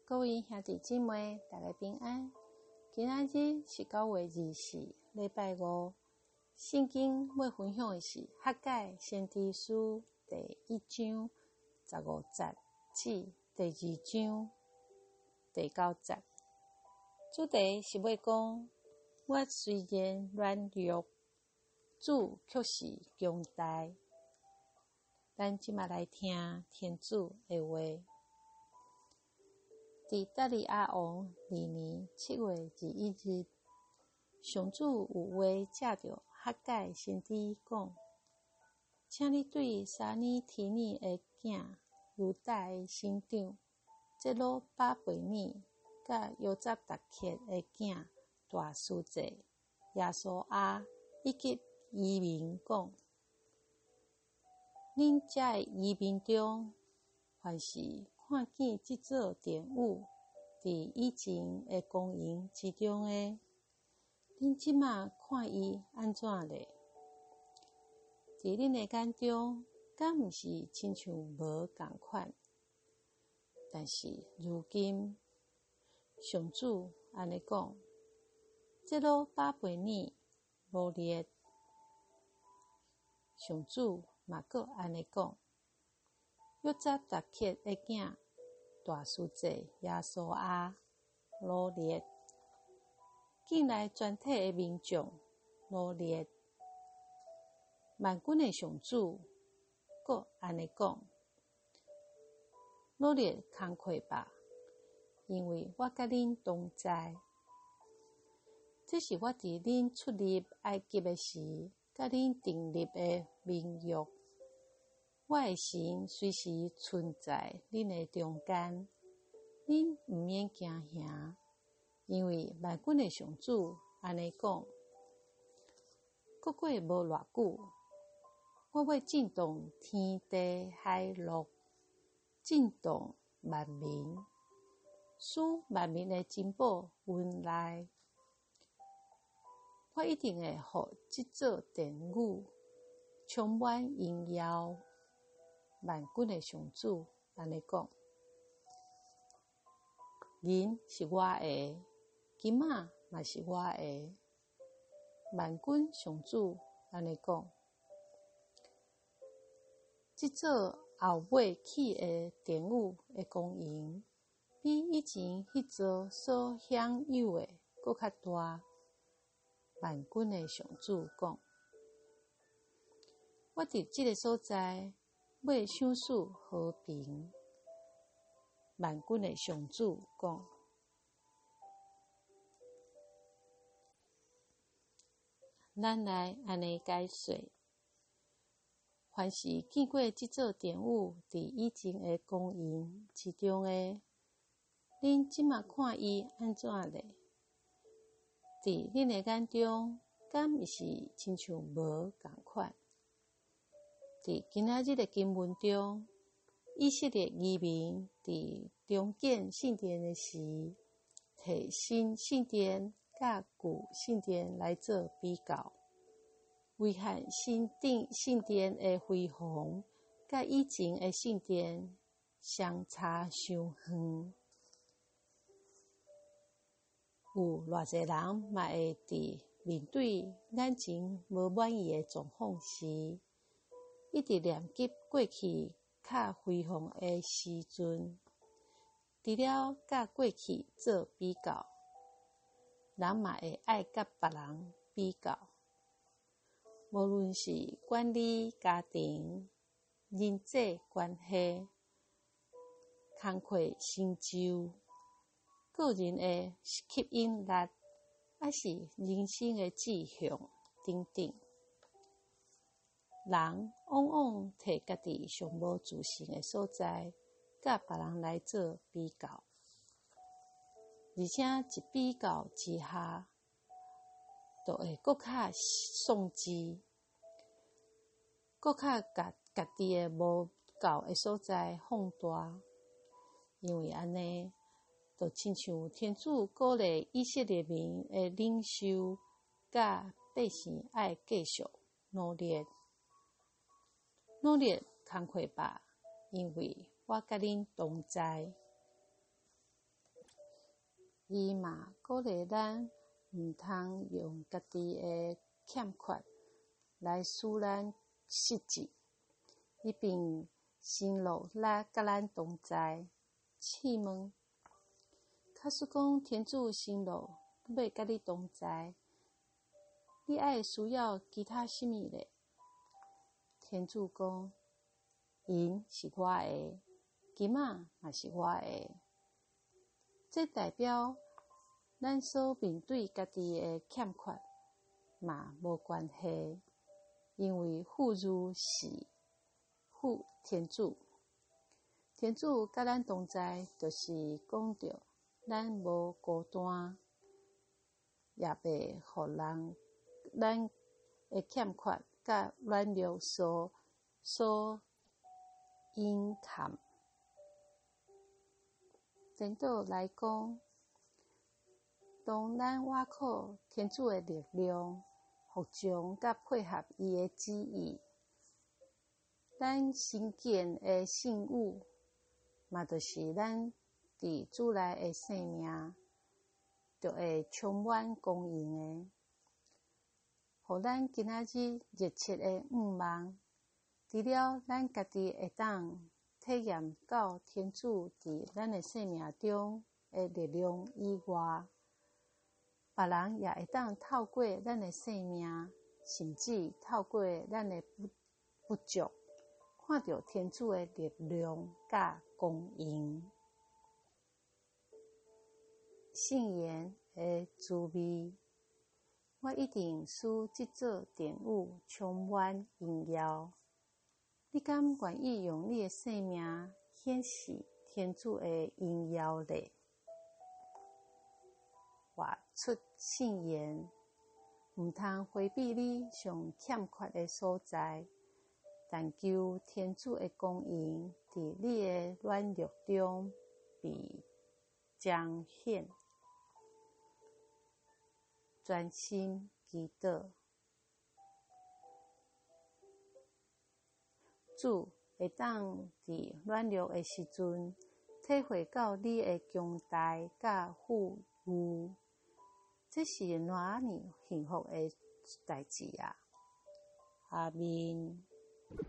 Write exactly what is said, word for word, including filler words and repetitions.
各位兄弟姊妹，大家平安。今仔日是九月二四，礼拜五。圣经要分享的是哈该先知书第一章十五节至第二章第九节。主题是要讲，我虽然软弱，主却是强大。咱即马来听天主的话。伫达利亚王二年七月二一日，上主有话借着哈该先知讲：请你对三年提尼的囝犹大的省长节罗巴贝尼甲约扎达克的囝大司祭耶稣亚以及移民讲：恁遮的移民中，凡是看见即座典物，伫以前的公营之中的，恁即马看伊安怎咧？伫恁的眼中，敢毋是亲像无共款？但是如今，上主安尼讲：节罗巴贝尼罗列，上主嘛阁安尼讲。约扎达克的囝大司祭耶稣亚罗列，进来全体的民众罗列，万军的上主阁安尼讲：罗列工课吧，因为我甲恁同在。这是我伫恁出入埃及的时，甲恁订立的盟约。我的神随时存在恁的中间，恁毋免惊吓，因为万军的上主安尼讲：过过无偌久，我要震动天地海陆，震动万民，使万民的珍宝运来。我一定会互即座殿宇充满荣耀。万军的上主安尼讲：人是我的，金仔嘛是我的。万军上主安尼讲：即座后尾起的典物的公营，比以前迄座所享有的搁较大。万军的上主讲：我伫即个所在。要享受和平，万军的上主讲：咱来安尼解说，凡是见过即座典物伫以前的公营之中的，恁即马看伊安怎咧？伫恁的眼中，敢毋是亲像无共款？伫今仔日的经文中，以色列移民伫重建圣殿的时，摕新圣殿甲旧圣殿来做比较，遗憾新顶圣殿的辉煌，甲以前的圣殿相差伤远。有偌济人嘛会伫面对眼前无满意的状况时，一直念记过去较辉煌的时阵，除了甲过去做比较，人嘛会爱甲别人比较。无论是管理家庭、人际关系、工课成就、个人的吸引力，还是人生的志向等等。人往往摕家己上无自信的所在，甲别人来做比较，而且一比较之下，就会搁较丧志，搁较甲家己的无够的所在放大，因为安尼，就亲像天主鼓励以色列民的领袖甲百姓爱继续努力。努力工课吧，因为我甲恁同在。 伊嘛鼓励咱毋通用家己诶欠缺来使咱失志，伊并承诺来甲咱同在。试问，假使讲天主承诺要甲你同在，你爱需要其他什么咧？天主讲，因是我的，金仔嘛是我的。这代表咱所面对家己的欠缺嘛无关系，因为富裕是富天主。天主甲咱同在，就是讲着咱无孤单，也袂互人咱的欠缺甲软弱所所隐藏。颠倒来讲，当咱倚靠天主的力量，服从甲配合伊的旨意，咱新建的圣物，嘛就是咱伫主内的生命，就会充满光荣的，互咱今仔日热切的仰望。除了咱家己会当体验到天主伫咱的生命中的力量以外，别人也会当透过咱的生命，甚至透过咱的不不足，看到天主的力量甲光荣。圣言的滋味，我一定使这座殿宇充满荣耀。你敢愿意用你的生命显示天主的荣耀呢？活出圣言，毋通回避你上欠缺的所在，但求天主的光荣伫你的软弱中被彰显。专心祈祷，主会当伫软弱的时阵，体会到你的强大甲富裕，这是偌尔幸福的代志啊！阿们。